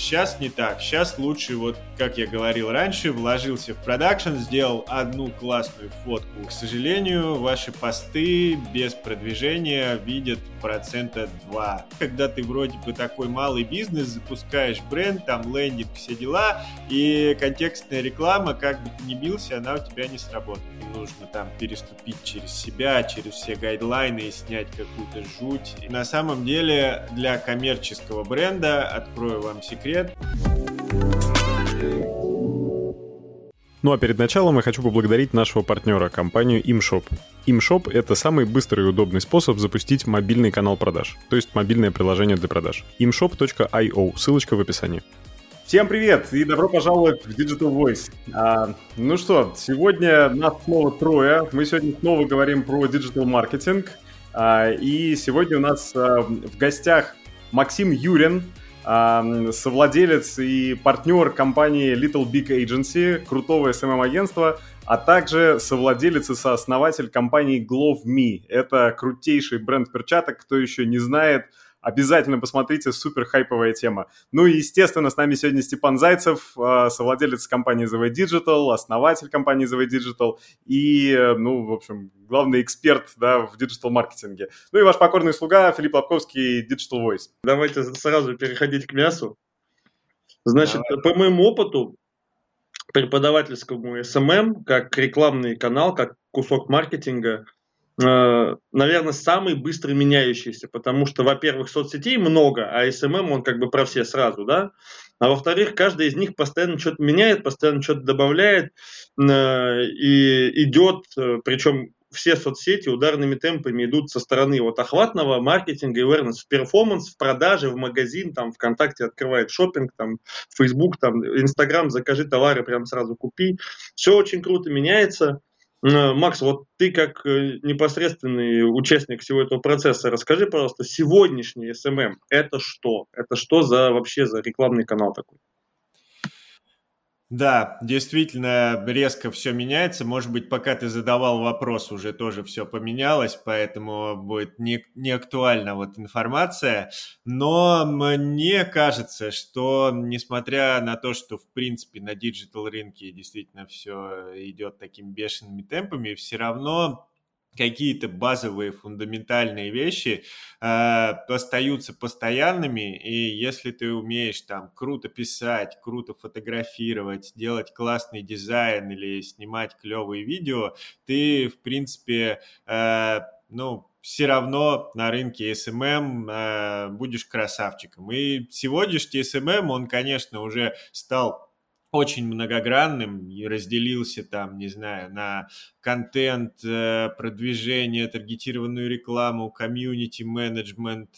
сейчас не так. Сейчас лучше, вот как я говорил раньше, вложился в продакшн, сделал одну классную фотку. К сожалению, ваши посты без продвижения видят 2%. Когда ты вроде бы такой малый бизнес, запускаешь бренд, там лендинг, все дела, и контекстная реклама, как бы ты ни бился, она у тебя не сработает. Нужно там переступить через себя, через все гайдлайны и снять какую-то жуть. И на самом деле для коммерческого бренда, открою вам секрет. Ну а перед началом я хочу поблагодарить нашего партнера, компанию ImShop. ImShop — это самый быстрый и удобный способ запустить мобильный канал продаж, то есть мобильное приложение для продаж. imshop.io, ссылочка в описании. Всем привет и добро пожаловать в Digital Voice. Ну что, сегодня нас снова трое. Мы сегодня снова говорим про диджитал-маркетинг. И сегодня у нас в гостях Максим Юрин, совладелец и партнер компании Little Big Agency, крутого SMM-агентства, а также совладелец и сооснователь компании GloveMe. Это крутейший бренд перчаток. Кто еще не знает, обязательно посмотрите, супер хайповая тема. Ну и, естественно, с нами сегодня Степан Зайцев, совладелец компании The Way Digital, основатель компании The Way Digital и, в общем, главный эксперт, да, в диджитал-маркетинге. Ну и ваш покорный слуга Филипп Лобковский, Digital Voice. Давайте сразу переходить к мясу. Значит, по моему опыту преподавательскому SMM, как рекламный канал, как кусок маркетинга, наверное, самый быстро меняющийся, потому что, во-первых, соцсетей много, а SMM, он как бы про все сразу, да, а во-вторых, каждый из них постоянно что-то меняет, постоянно что-то добавляет и идет, причем все соцсети ударными темпами идут со стороны вот охватного маркетинга, awareness, в перформанс, в продаже, в магазин, там ВКонтакте открывает шопинг, там Facebook, там Инстаграм, закажи товары, прям сразу купи. Все очень круто меняется. Макс, вот ты как непосредственный участник всего этого процесса, расскажи, пожалуйста, сегодняшний SMM – это что? Это что за вообще за рекламный канал такой? Да, действительно резко все меняется. Может быть, пока ты задавал вопрос, уже тоже все поменялось, поэтому будет не актуальна вот информация. Но мне кажется, что несмотря на то, что в принципе на диджитал рынке действительно все идет такими бешеными темпами, все равно какие-то базовые фундаментальные вещи остаются постоянными, и если ты умеешь там круто писать, круто фотографировать, делать классный дизайн или снимать клевые видео, ты, в принципе, все равно на рынке SMM будешь красавчиком. И сегодняшний SMM, он, конечно, уже стал очень многогранным и разделился там, не знаю, на контент, продвижение, таргетированную рекламу, комьюнити-менеджмент,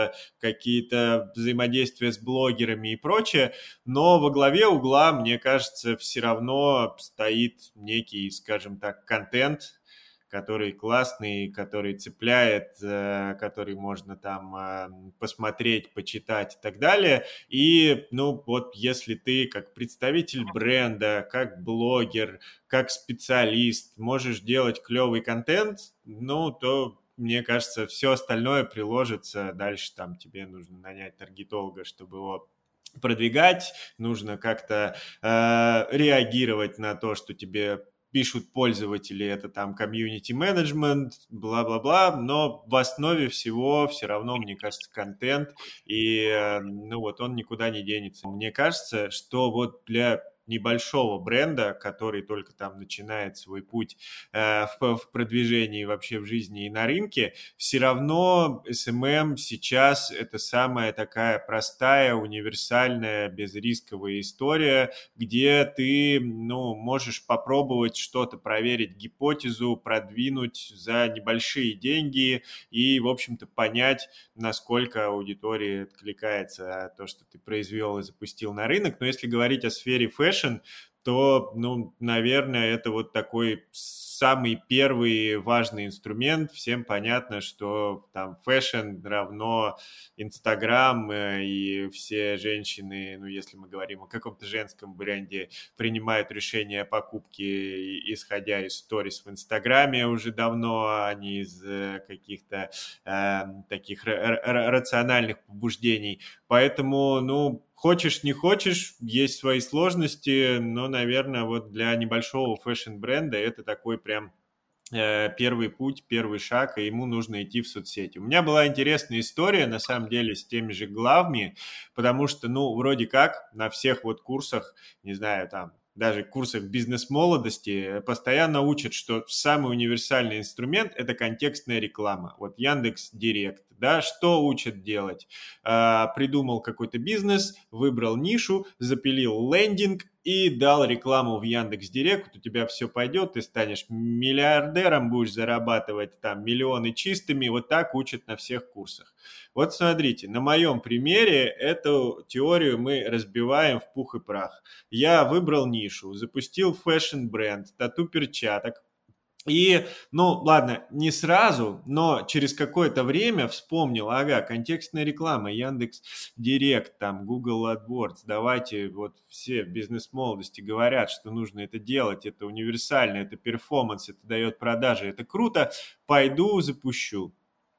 какие-то взаимодействия с блогерами и прочее. Но во главе угла, мне кажется, все равно стоит некий, скажем так, контент, который классный, который цепляет, который можно там посмотреть, почитать и так далее. И, вот если ты как представитель бренда, как блогер, как специалист можешь делать клевый контент, то, мне кажется, все остальное приложится. Дальше там тебе нужно нанять таргетолога, чтобы его продвигать, нужно как-то реагировать на то, что тебе пишут пользователи, это там комьюнити-менеджмент, бла-бла-бла, но в основе всего все равно, мне кажется, контент, и, он никуда не денется. Мне кажется, что вот для небольшого бренда, который только там начинает свой путь в продвижении вообще в жизни и на рынке, все равно SMM сейчас это самая такая простая, универсальная, безрисковая история, где ты, можешь попробовать что-то, проверить гипотезу, продвинуть за небольшие деньги и, в общем-то, понять, насколько аудитория откликается то, что ты произвел и запустил на рынок. Но если говорить о сфере фэшн, то, наверное, это вот такой самый первый важный инструмент. Всем понятно, что там фэшн равно Инстаграм, и все женщины, если мы говорим о каком-то женском бренде, принимают решение о покупке, исходя из сторис в Инстаграме уже давно, а не из каких-то таких рациональных побуждений. Поэтому, хочешь, не хочешь, есть свои сложности, но, наверное, вот для небольшого фэшн-бренда это такой прям первый путь, первый шаг, и ему нужно идти в соцсети. У меня была интересная история, на самом деле, с теми же главами, потому что, ну, вроде как на всех вот курсах, не знаю, там, даже курсах бизнес-молодости постоянно учат, что самый универсальный инструмент – это контекстная реклама. Вот Яндекс.Директ, да, что учат делать? Придумал какой-то бизнес, выбрал нишу, запилил лендинг и дал рекламу в Яндекс.Директ, у тебя все пойдет, ты станешь миллиардером, будешь зарабатывать там миллионы чистыми, вот так учат на всех курсах. Вот смотрите, на моем примере эту теорию мы разбиваем в пух и прах. Я выбрал нишу, запустил фэшн-бренд, тату-перчаток. И, ну, ладно, не сразу, но через какое-то время вспомнил, ага, контекстная реклама, Яндекс.Директ, там, Google AdWords, давайте, вот все в бизнес-молодости говорят, что нужно это делать, это универсально, это перформанс, это дает продажи, это круто, пойду запущу.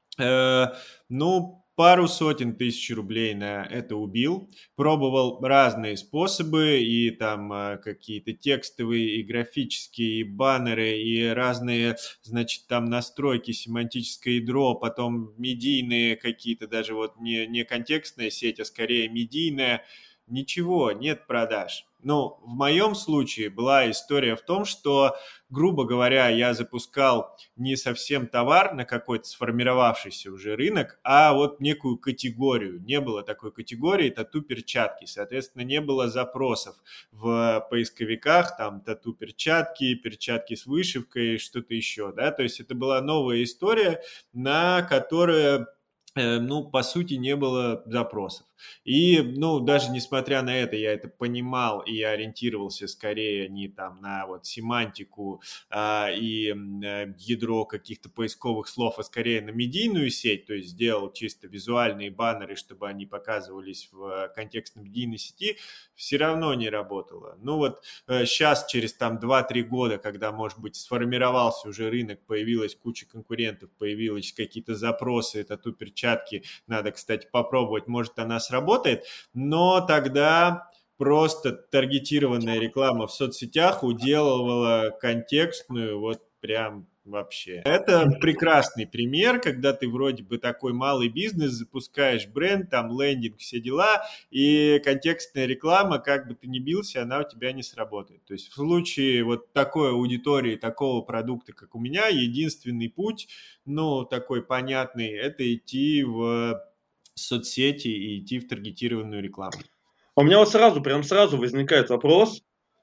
Ну, пару сотен тысяч рублей на это убил, пробовал разные способы, и там какие-то текстовые, и графические, и баннеры, и разные, значит, там настройки, семантическое ядро, потом медийные какие-то, даже вот не контекстная сеть, а скорее медийная. Ничего, нет продаж. Ну, в моем случае была история в том, что, грубо говоря, я запускал не совсем товар на какой-то сформировавшийся уже рынок, а вот некую категорию. Не было такой категории тату-перчатки, соответственно, не было запросов в поисковиках, там, тату-перчатки, перчатки с вышивкой, что-то еще, да, то есть это была новая история, на которую, ну, по сути, не было запросов. И, ну, даже несмотря на это, я это понимал и ориентировался скорее не там на вот семантику и ядро каких-то поисковых слов, а скорее на медийную сеть, то есть сделал чисто визуальные баннеры, чтобы они показывались в контекстной медийной сети, все равно не работало. Ну вот сейчас, через там 2-3 года, когда, может быть, сформировался уже рынок, появилась куча конкурентов, появились какие-то запросы, тату-перчатки, надо, кстати, попробовать, может, она сработает, но тогда просто таргетированная реклама в соцсетях уделывала контекстную вот прям вообще. Это прекрасный пример, когда ты вроде бы такой малый бизнес, запускаешь бренд, там лендинг, все дела, и контекстная реклама, как бы ты ни бился, она у тебя не сработает. То есть в случае вот такой аудитории, такого продукта, как у меня, единственный путь, ну, такой понятный, это идти в соцсети и идти в таргетированную рекламу. У меня вот прям сразу возникает вопрос.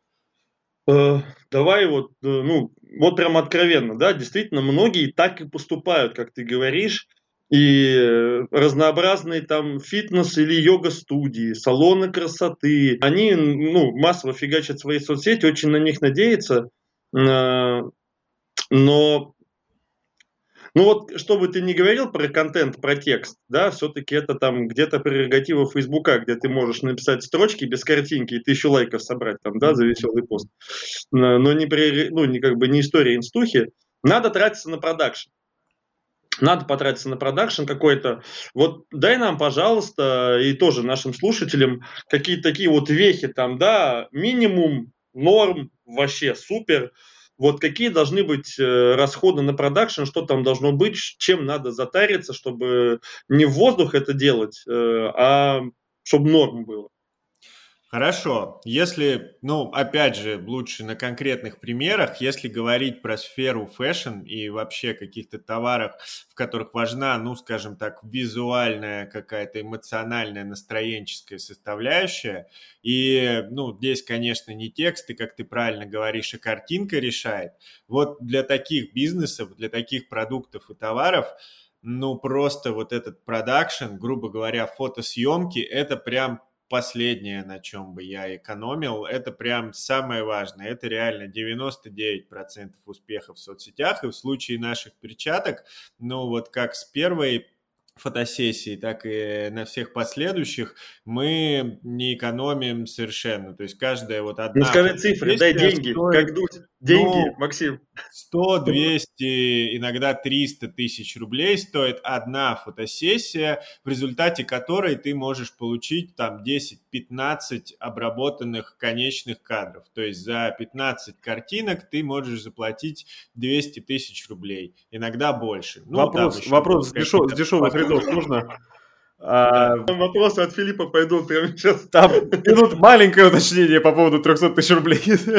Давай вот, ну, вот прям откровенно, да, действительно, многие так и поступают, как ты говоришь, и разнообразные там фитнес или йога-студии, салоны красоты, они, ну, массово фигачат свои соцсети, очень на них надеются, но ну вот, что бы ты ни говорил про контент, про текст, да, все-таки это там где-то прерогатива Фейсбука, где ты можешь написать строчки без картинки и 1000 лайков собрать там, да, за веселый пост. Но не как бы не история инстухи. Надо тратиться на продакшн. Надо потратиться на продакшн какой-то. Вот дай нам, пожалуйста, и тоже нашим слушателям какие-то такие вот вехи там, да, минимум, норм, вообще супер. Вот какие должны быть расходы на продакшн, что там должно быть, чем надо затариться, чтобы не в воздух это делать, а чтобы норм было. Хорошо. Если, ну, опять же, лучше на конкретных примерах, если говорить про сферу фэшн и вообще каких-то товарах, в которых важна, ну, скажем так, визуальная какая-то эмоциональная, настроенческая составляющая, и, ну, здесь, конечно, не тексты, как ты правильно говоришь, а картинка решает. Вот для таких бизнесов, для таких продуктов и товаров, ну, просто вот этот продакшн, грубо говоря, фотосъемки, это прям последнее, на чем бы я экономил, это прям самое важное. Это реально 99% успеха в соцсетях. И в случае наших перчаток, ну вот как с первой фотосессии, так и на всех последующих мы не экономим совершенно. То есть каждая вот одна... Ну скажи цифры, дай деньги, стоит... как Дудь. Деньги, Ну, Максим. 100, 200, иногда 300 тысяч рублей стоит одна фотосессия, в результате которой ты можешь получить там 10-15 обработанных конечных кадров. То есть за 15 картинок ты можешь заплатить 200 тысяч рублей, иногда больше. Ну, там еще Вопрос с какие-то дешевых рядов покупки. можно? Да. Там вопросы от Филиппа пойдут прямо сейчас. Там идут маленькое уточнение по поводу 300 тысяч рублей.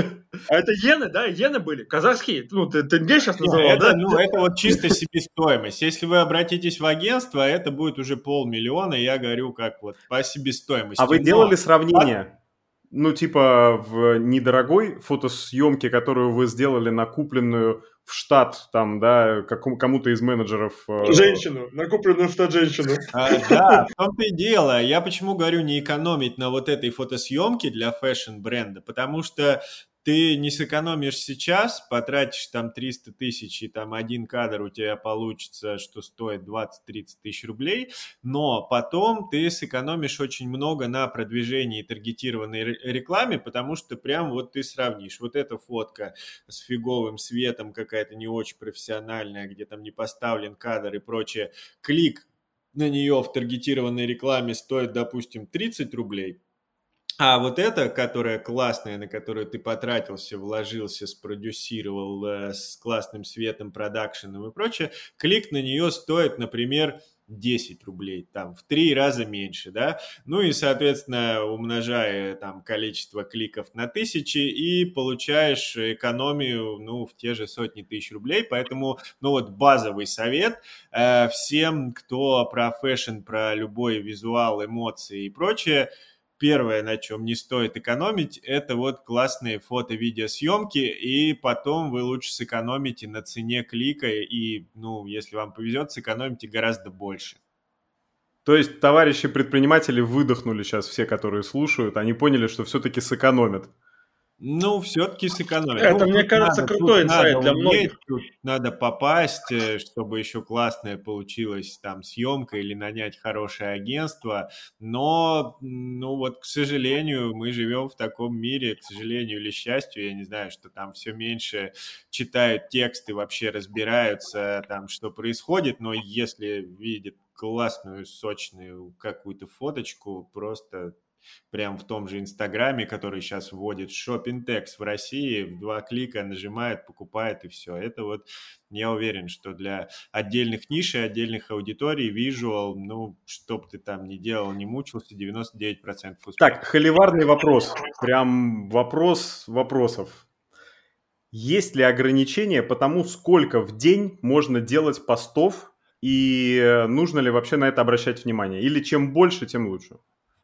А это иены, да? Иены были? Казахские? Ну, ты тенге сейчас Не, называл, да? это вот чисто себестоимость. Если вы обратитесь в агентство, это будет уже 500 000, я говорю, как вот по себестоимости. А вы делали Но сравнение? Ну, типа в недорогой фотосъемке, которую вы сделали на купленную в штат, там, да, кому-то из менеджеров. Женщину, накупленную в штат женщину. Да, в том-то и дело. Я почему говорю не экономить на вот этой фотосъемке для фэшн-бренда, потому что ты не сэкономишь сейчас, потратишь там 300 тысяч, и там один кадр у тебя получится, что стоит 20-30 тысяч рублей, но потом ты сэкономишь очень много на продвижении и таргетированной рекламе, потому что прям вот ты сравнишь. Вот эта фотка с фиговым светом, какая-то не очень профессиональная, где там не поставлен кадр и прочее, клик на нее в таргетированной рекламе стоит, допустим, 30 рублей, а вот эта, которая классная, на которую ты потратился, вложился, спродюсировал с классным светом, продакшеном и прочее, клик на нее стоит, например, 10 рублей, там, в 3 раза меньше, да, ну и, соответственно, умножая там количество кликов на тысячи и получаешь экономию, ну, в те же сотни тысяч рублей, поэтому, ну, вот базовый совет всем, кто про фэшн, про любой визуал, эмоции и прочее. Первое, на чем не стоит экономить, это вот классные фото-видеосъемки, и потом вы лучше сэкономите на цене клика, и, ну, если вам повезет, сэкономите гораздо больше. То есть товарищи предприниматели выдохнули сейчас, все, которые слушают, они поняли, что все-таки сэкономят. Ну, все-таки сэкономить. Это, Ну, мне кажется, крутой инсайт для многих. Тут надо попасть, чтобы еще классная получилась там съемка или нанять хорошее агентство. Но, ну вот, к сожалению, мы живем в таком мире, к сожалению или счастью, я не знаю, что там все меньше читают тексты, вообще разбираются там, что происходит. Но если видят классную, сочную какую-то фоточку, просто прям в том же Инстаграме, который сейчас вводит шоппинг-текст в России, в 2 клика нажимает, покупает и все. Это вот, я уверен, что для отдельных ниш и отдельных аудиторий визуал, ну, что бы ты там ни делал, не мучился, 99% успеха. Так, холиварный вопрос. Прям вопрос вопросов. Есть ли ограничения по тому, сколько в день можно делать постов, и нужно ли вообще на это обращать внимание? Или чем больше, тем лучше?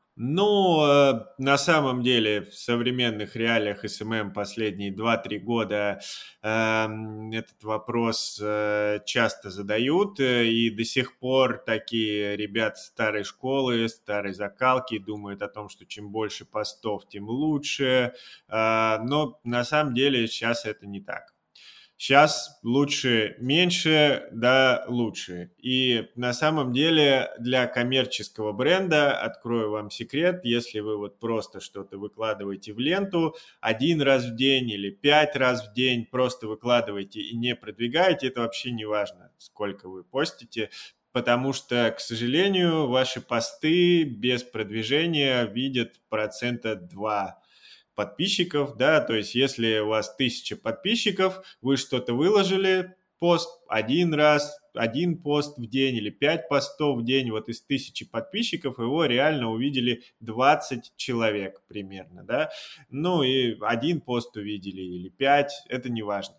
Ну, на самом деле, в современных реалиях СММ последние 2-3 года этот вопрос часто задают, и до сих пор такие ребята старой школы, старой закалки думают о том, что чем больше постов, тем лучше, но на самом деле сейчас это не так. Сейчас лучше меньше, да лучше. И на самом деле для коммерческого бренда, открою вам секрет, если вы вот просто что-то выкладываете в ленту 1 раз в день или 5 раз в день, просто выкладываете и не продвигаете, это вообще не важно, сколько вы постите, потому что, к сожалению, ваши посты без продвижения видят 2% подписчиков, да, то есть если у вас 1000 подписчиков, вы что-то выложили, пост 1 раз, 1 пост в день или 5 постов в день, вот из 1000 подписчиков его реально увидели 20 человек примерно, да, ну и 1 пост увидели или 5, это не важно.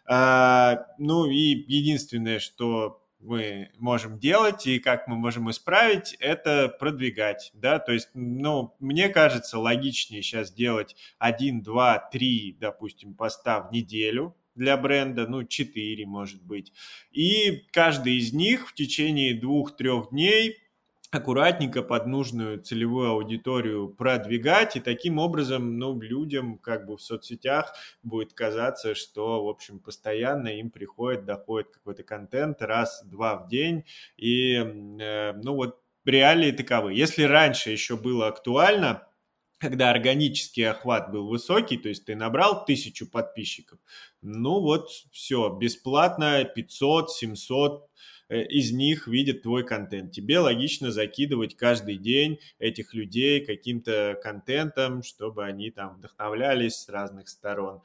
Ну и единственное, что мы можем делать и как мы можем исправить, это продвигать, да, то есть, ну, мне кажется, логичнее сейчас делать 1, 2, 3, допустим, поста в неделю для бренда, ну, 4, может быть, и каждый из них в течение 2-3 дней аккуратненько под нужную целевую аудиторию продвигать, и таким образом, ну, людям как бы в соцсетях будет казаться, что, в общем, постоянно им доходит какой-то контент раз-два в день, и, ну, вот реалии таковы. Если раньше еще было актуально когда органический охват был высокий, то есть ты набрал 1000 подписчиков, ну вот все, бесплатно 500, 700 из них видят твой контент. Тебе логично закидывать каждый день этих людей каким-то контентом, чтобы они там вдохновлялись с разных сторон,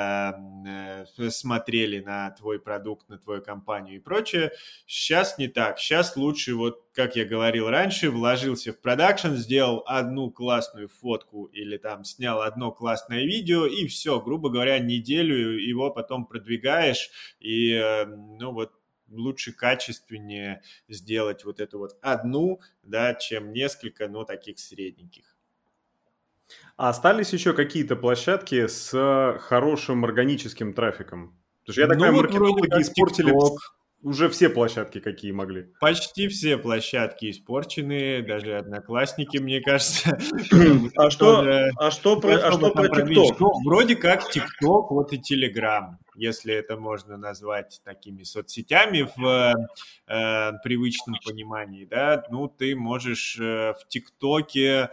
смотрели на твой продукт, на твою компанию и прочее. Сейчас не так. Сейчас лучше, вот как я говорил раньше, вложился в продакшн, сделал одну классную фотку или там снял одно классное видео, и все, грубо говоря, неделю его потом продвигаешь, и ну вот лучше, качественнее сделать вот эту вот одну, да, чем несколько, но таких средненьких. А остались еще какие-то площадки с хорошим органическим трафиком? Потому что я так понимаю, вот маркетологи испортили TikTok. уже все площадки, какие могли. Почти все площадки испорчены, даже Одноклассники, мне кажется. А что про TikTok? Вроде как TikTok, вот и Telegram, если это можно назвать такими соцсетями в привычном понимании, да, ну ты можешь в ТикТоке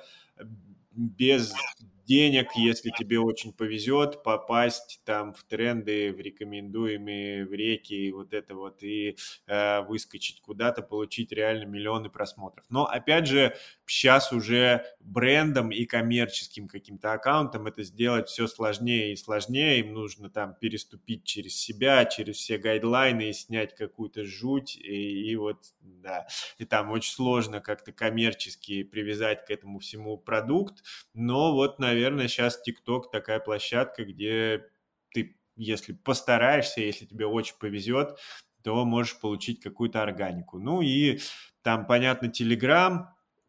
без денег, если тебе очень повезет, попасть там в тренды, в рекомендуемые, в реки, вот это вот, и выскочить куда-то, получить реально миллионы просмотров. Но, опять же, сейчас уже брендом и коммерческим каким-то аккаунтом это сделать все сложнее и сложнее, им нужно там переступить через себя, через все гайдлайны и снять какую-то жуть, и вот, да, и там очень сложно как-то коммерчески привязать к этому всему продукт, но вот, наверное, сейчас TikTok такая площадка, где ты, если постараешься, если тебе очень повезет, то можешь получить какую-то органику. Ну и там, понятно, Telegram,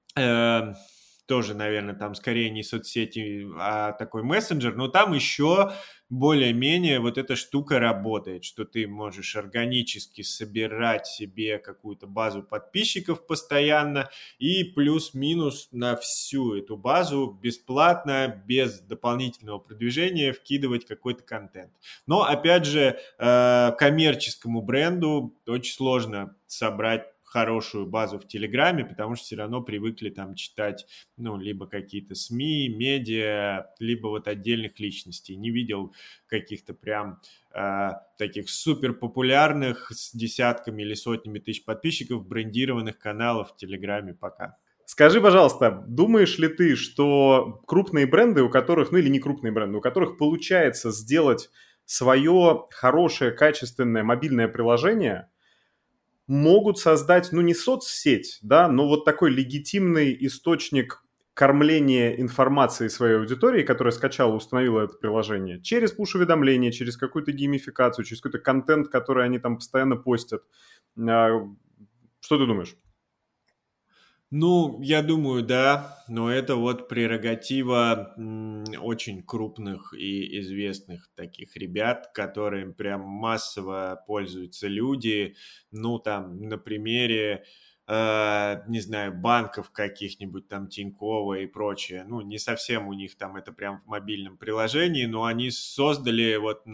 тоже, наверное, там скорее не соцсети, а такой мессенджер, но там еще более-менее вот эта штука работает, что ты можешь органически собирать себе какую-то базу подписчиков постоянно и плюс-минус на всю эту базу бесплатно, без дополнительного продвижения вкидывать какой-то контент. Но, опять же, коммерческому бренду очень сложно собрать хорошую базу в Телеграме, потому что все равно привыкли там читать, ну, либо какие-то СМИ, медиа, либо вот отдельных личностей. Не видел каких-то прям таких супер популярных с десятками или сотнями тысяч подписчиков брендированных каналов в Телеграме пока. Скажи, пожалуйста, думаешь ли ты, что крупные бренды, у которых, ну или не крупные бренды, у которых получается сделать свое хорошее, качественное мобильное приложение, могут создать, ну, не соцсеть, да, но вот такой легитимный источник кормления информации своей аудитории, которая скачала, установила это приложение, через пуш-уведомления, через какую-то геймификацию, через какой-то контент, который они там постоянно постят. Что ты думаешь? Ну, я думаю, да, но это вот прерогатива очень крупных и известных таких ребят, которым прям массово пользуются люди. Ну, там, на примере, не знаю, банков каких-нибудь там Тинькова и прочее. Ну, не совсем у них там это прям в мобильном приложении, но они создали вот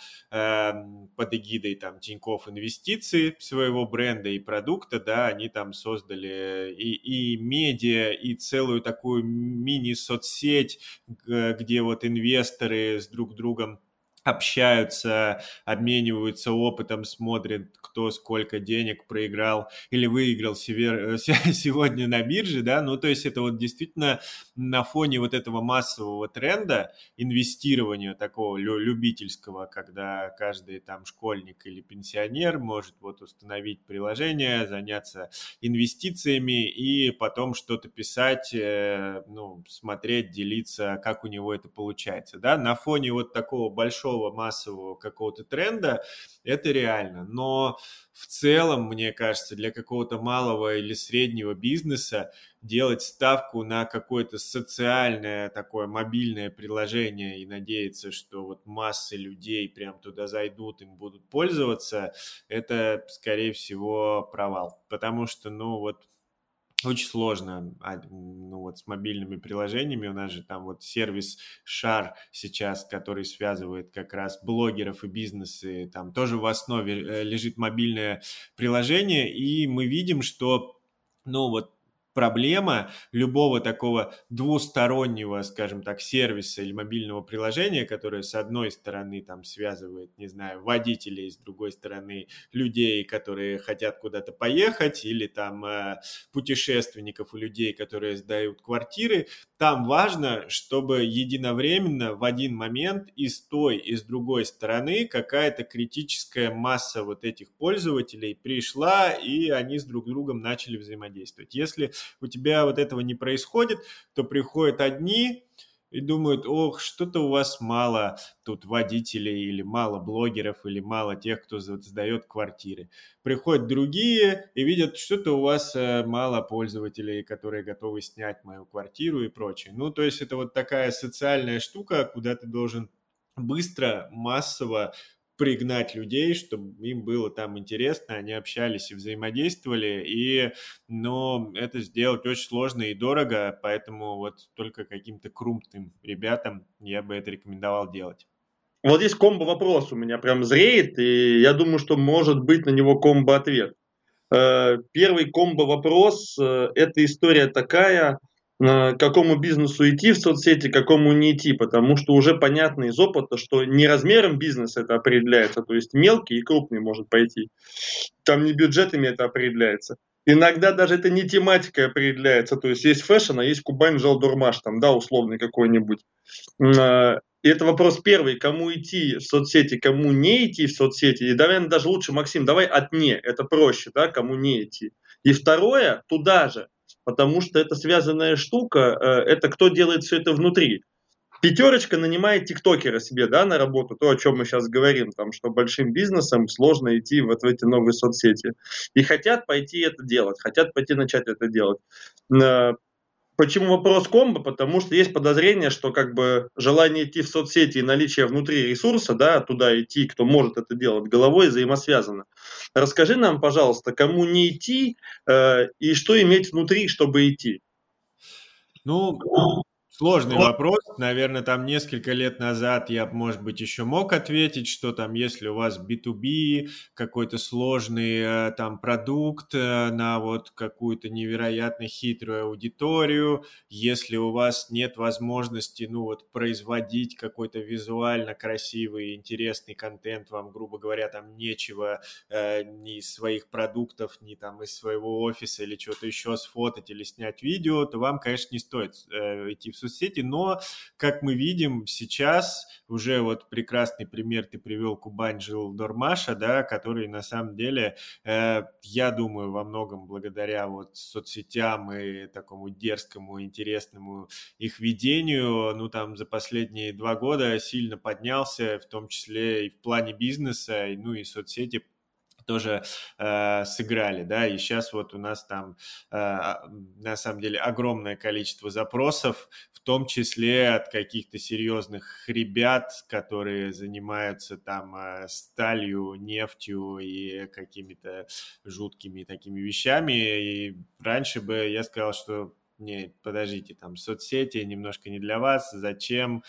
под эгидой там Тинькофф Инвестиции своего бренда и продукта, да, они там создали и медиа, и целую такую мини-соцсеть, где вот инвесторы с друг другом общаются, обмениваются опытом, смотрят, кто сколько денег проиграл или выиграл сегодня на бирже, да, ну, то есть это вот действительно на фоне вот этого массового тренда инвестирования такого любительского, когда каждый там школьник или пенсионер может вот установить приложение, заняться инвестициями и потом что-то писать, ну, смотреть, делиться, как у него это получается, да, на фоне вот такого большого массового какого-то тренда это реально, но в целом, мне кажется, для какого-то малого или среднего бизнеса делать ставку на какое-то социальное такое мобильное приложение и надеяться, что вот массы людей прям туда зайдут, им будут пользоваться, это, скорее всего, провал. Потому что, ну, вот очень сложно, ну вот с мобильными приложениями, у нас же там вот сервис Шар сейчас, который связывает как раз блогеров и бизнесы, там тоже в основе лежит мобильное приложение, и мы видим, что, ну вот проблема любого такого двустороннего, скажем так, сервиса или мобильного приложения, которое с одной стороны там связывает, не знаю, водителей, с другой стороны людей, которые хотят куда-то поехать, или там путешественников и людей, которые сдают квартиры, там важно, чтобы единовременно в один момент и с той, и с другой стороны какая-то критическая масса вот этих пользователей пришла, и они с друг другом начали взаимодействовать. Если у тебя вот этого не происходит, то приходят одни и думают: ох, что-то у вас мало тут водителей, или мало блогеров, или мало тех, кто сдает квартиры. Приходят другие и видят, что-то у вас мало пользователей, которые готовы снять мою квартиру и прочее. Ну, то есть это вот такая социальная штука, куда ты должен быстро, массово пригнать людей, чтобы им было там интересно, они общались и взаимодействовали, но это сделать очень сложно и дорого, поэтому вот только каким-то крупным ребятам я бы это рекомендовал делать. Вот здесь комбо-вопрос у меня прям зреет, и я думаю, что может быть на него комбо-ответ. Первый комбо-вопрос – это история такая, к какому бизнесу идти в соцсети, к какому не идти, потому что уже понятно из опыта, что не размером бизнеса это определяется, то есть мелкий и крупный может пойти, там не бюджетами это определяется. Иногда даже это не тематикой определяется, то есть есть фэшн, а есть Кубань Жалдурмаш, там, да, условный какой-нибудь. И это вопрос первый, кому идти в соцсети, кому не идти в соцсети. И давай даже лучше, Максим, давай от «не», это проще, да, кому не идти. И второе, туда же, потому что это связанная штука, это кто делает все это внутри. Пятерочка нанимает тиктокера себе, да, на работу, то, о чем мы сейчас говорим, там, что большим бизнесом сложно идти вот в эти новые соцсети. И хотят пойти это делать, хотят пойти начать это делать. Почему вопрос комбо? Потому что есть подозрение, что как бы желание идти в соцсети и наличие внутри ресурса, да, туда идти, кто может это делать, головой взаимосвязано. Расскажи нам, пожалуйста, кому не идти и что иметь внутри, чтобы идти? Ну, сложный вопрос. Наверное, там несколько лет назад я, может быть, еще мог ответить, что там, если у вас B2B, какой-то сложный там продукт на вот какую-то невероятно хитрую аудиторию, если у вас нет возможности, ну вот, производить какой-то визуально красивый, интересный контент, вам, грубо говоря, там нечего ни из своих продуктов, ни там из своего офиса или чего-то еще сфотать или снять видео, то вам, конечно, не стоит идти в соцсети, но, как мы видим сейчас, уже вот прекрасный пример ты привел, Кубань Жилдормаша, да, который на самом деле, я думаю, во многом благодаря вот соцсетям и такому дерзкому, интересному их ведению, ну там за последние 2 года сильно поднялся, в том числе и в плане бизнеса, ну и соцсети тоже сыграли, да, и сейчас вот у нас там на самом деле огромное количество запросов, в том числе от каких-то серьезных ребят, которые занимаются там сталью, нефтью и какими-то жуткими такими вещами, и раньше бы я сказал, что не, подождите, там соцсети немножко не для вас, зачем,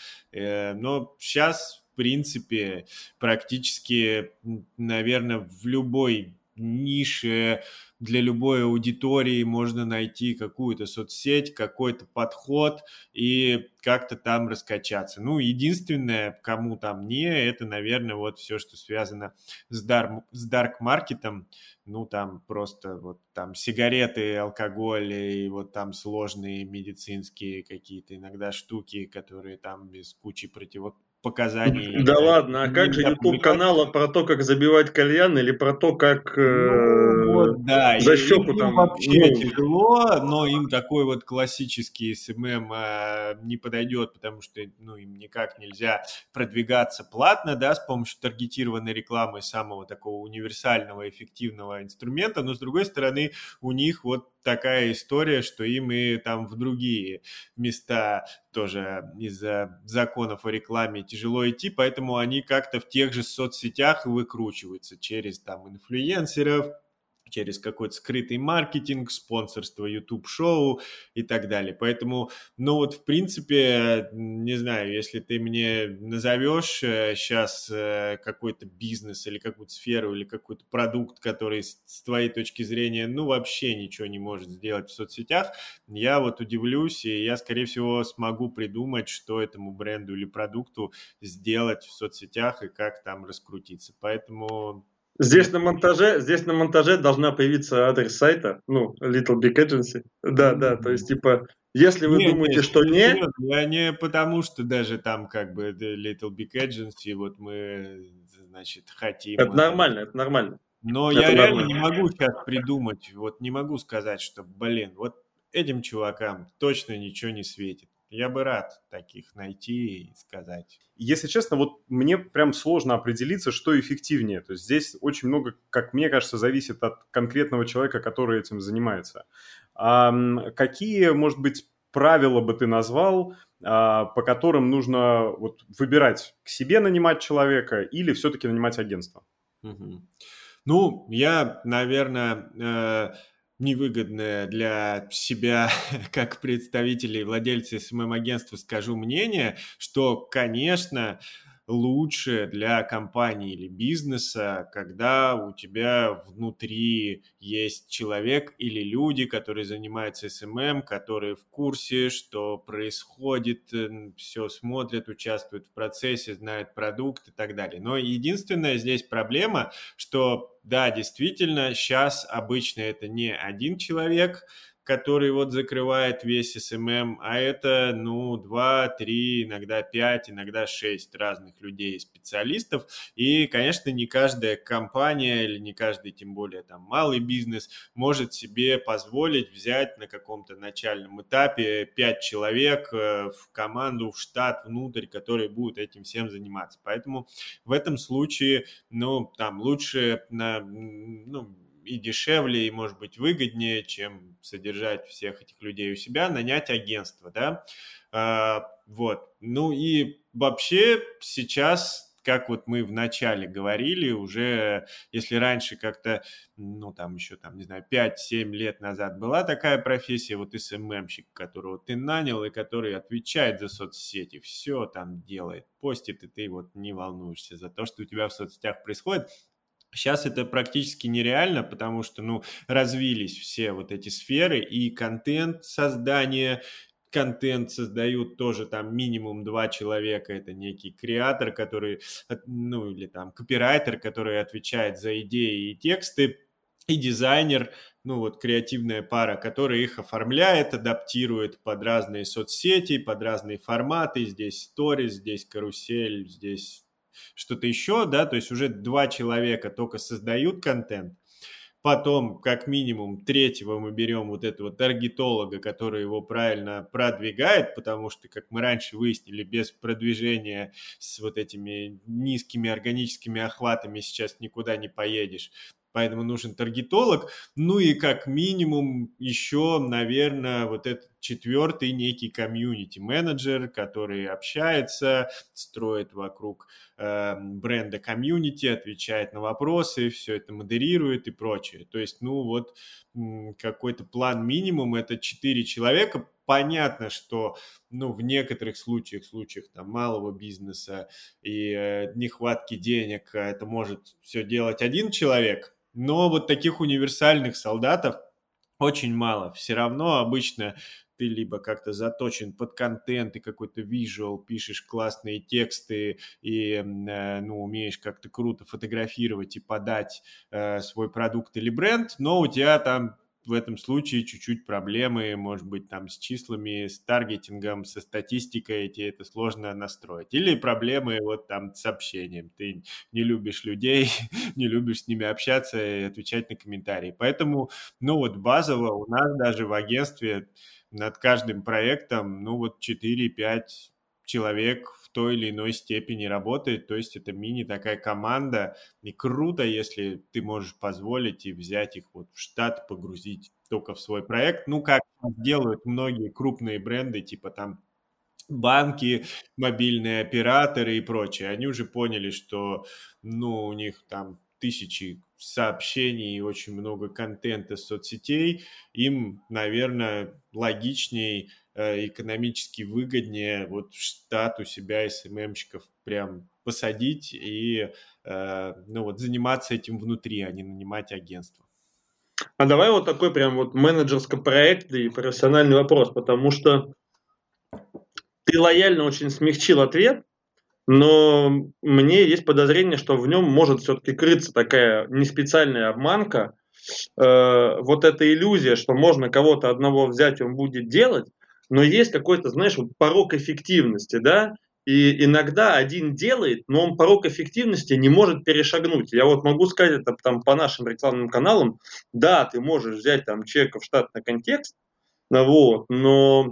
но сейчас в принципе, практически, наверное, в любой нише, для любой аудитории можно найти какую-то соцсеть, какой-то подход и как-то там раскачаться. Ну, единственное, кому там не, это, наверное, вот все, что связано с дарк-маркетом, ну, там просто вот там сигареты, алкоголь и вот там сложные медицинские какие-то иногда штуки, которые там без кучи показаний. Да ладно, а как же YouTube-канала про то, как забивать кальян или про то, как ну, вот, да, за щеку им там... вообще тяжело, но им такой вот классический СММ не подойдет, потому что, ну, им никак нельзя продвигаться платно, да, с помощью таргетированной рекламы, самого такого универсального, эффективного инструмента, но, с другой стороны, у них вот такая история, что им и там в другие места тоже из-за законов о рекламе тяжело идти, поэтому они как-то в тех же соцсетях выкручиваются через там инфлюенсеров, через какой-то скрытый маркетинг, спонсорство YouTube-шоу и так далее. Поэтому, ну вот, в принципе, не знаю, если ты мне назовешь сейчас какой-то бизнес или какую-то сферу или какой-то продукт, который с твоей точки зрения, ну, вообще ничего не может сделать в соцсетях, я вот удивлюсь, и я, скорее всего, смогу придумать, что этому бренду или продукту сделать в соцсетях и как там раскрутиться. Поэтому... Здесь на монтаже должна появиться адрес сайта, ну, Little Big Agency. Да, да, то есть, типа, если вы думаете, что не... Серьезно, я не потому, что даже там как бы The Little Big Agency, вот мы, значит, хотим... Это нормально, это нормально. Но это я реально нормально. не могу сейчас придумать, вот не могу сказать, что, блин, вот этим чувакам точно ничего не светит. Я бы рад таких найти и сказать. Если честно, вот мне прям сложно определиться, что эффективнее. То есть здесь очень много, как мне кажется, зависит от конкретного человека, который этим занимается. Какие, может быть, правила бы ты назвал, по которым нужно вот выбирать, к себе нанимать человека или все-таки нанимать агентство? Угу. Ну, я, наверное, невыгодное для себя, как представителей, владельца СММ-агентства, скажу мнение, что, конечно, лучше для компании или бизнеса, когда у тебя внутри есть человек или люди, которые занимаются СММ, которые в курсе, что происходит, все смотрят, участвуют в процессе, знают продукт и так далее. Но единственная здесь проблема, что да, действительно, сейчас обычно это не один человек, который вот закрывает весь СММ, а это, ну, 2, 3, иногда 5, иногда 6 разных людей, специалистов. И, конечно, не каждая компания или не каждый, тем более, там, малый бизнес может себе позволить взять на каком-то начальном этапе 5 человек в команду, в штат, внутрь, которые будут этим всем заниматься. Поэтому в этом случае, ну, там, лучше и дешевле, и, может быть, выгоднее, чем содержать всех этих людей у себя, нанять агентство, да, вот. Ну и вообще сейчас, как вот мы вначале говорили, уже если раньше как-то, ну там еще, там, не знаю, 5-7 лет назад была такая профессия, вот СММщик, которого ты нанял и который отвечает за соцсети, все там делает, постит, и ты вот не волнуешься за то, что у тебя в соцсетях происходит. Сейчас это практически нереально, потому что, ну, развились все вот эти сферы, и контент создают тоже там минимум 2 человека. Это некий креатор, который, ну, или там копирайтер, который отвечает за идеи и тексты, и дизайнер, ну, вот креативная пара, которая их оформляет, адаптирует под разные соцсети, под разные форматы. Здесь сторис, здесь карусель, здесь что-то еще, да, то есть уже 2 человека только создают контент, потом, как минимум, третьего мы берем вот этого таргетолога, который его правильно продвигает, потому что, как мы раньше выяснили, без продвижения с вот этими низкими органическими охватами сейчас никуда не поедешь. Поэтому нужен таргетолог. Ну и как минимум еще, наверное, вот этот четвертый некий комьюнити-менеджер, который общается, строит вокруг бренда комьюнити, отвечает на вопросы, все это модерирует и прочее. То есть, ну вот какой-то план минимум, это 4 человека. Понятно, что, ну, в некоторых случаях там малого бизнеса и нехватки денег, это может все делать один человек, но вот таких универсальных солдатов очень мало. Все равно обычно ты либо как-то заточен под контент и какой-то визуал, пишешь классные тексты и, ну, умеешь как-то круто фотографировать и подать свой продукт или бренд, но у тебя там в этом случае чуть-чуть проблемы, может быть, там с числами, с таргетингом, со статистикой, тебе это сложно настроить. Или проблемы вот там с общением. Ты не любишь людей, не любишь с ними общаться и отвечать на комментарии. Поэтому, ну вот базово у нас даже в агентстве над каждым проектом, ну вот 4-5 человек в той или иной степени работает, то есть это мини такая команда, и круто, если ты можешь позволить и взять их вот в штат, погрузить только в свой проект, ну как делают многие крупные бренды, типа там банки, мобильные операторы и прочее, они уже поняли, что, ну, у них там тысячи сообщений, очень много контента с соцсетей, им, наверное, логичней, экономически выгоднее вот в штат у себя СММщиков прям посадить и ну, вот, заниматься этим внутри, а не нанимать агентство. А давай вот такой прям вот менеджерско-проектный и профессиональный вопрос, потому что ты лояльно очень смягчил ответ, но мне есть подозрение, что в нем может все-таки крыться такая неспециальная обманка, вот эта иллюзия, что можно кого-то одного взять, он будет делать, но есть какой-то, знаешь, вот порог эффективности, да, и иногда один делает, но он порог эффективности не может перешагнуть. Я вот могу сказать это там по нашим рекламным каналам, да, ты можешь взять там человека в штатный контекст, вот, но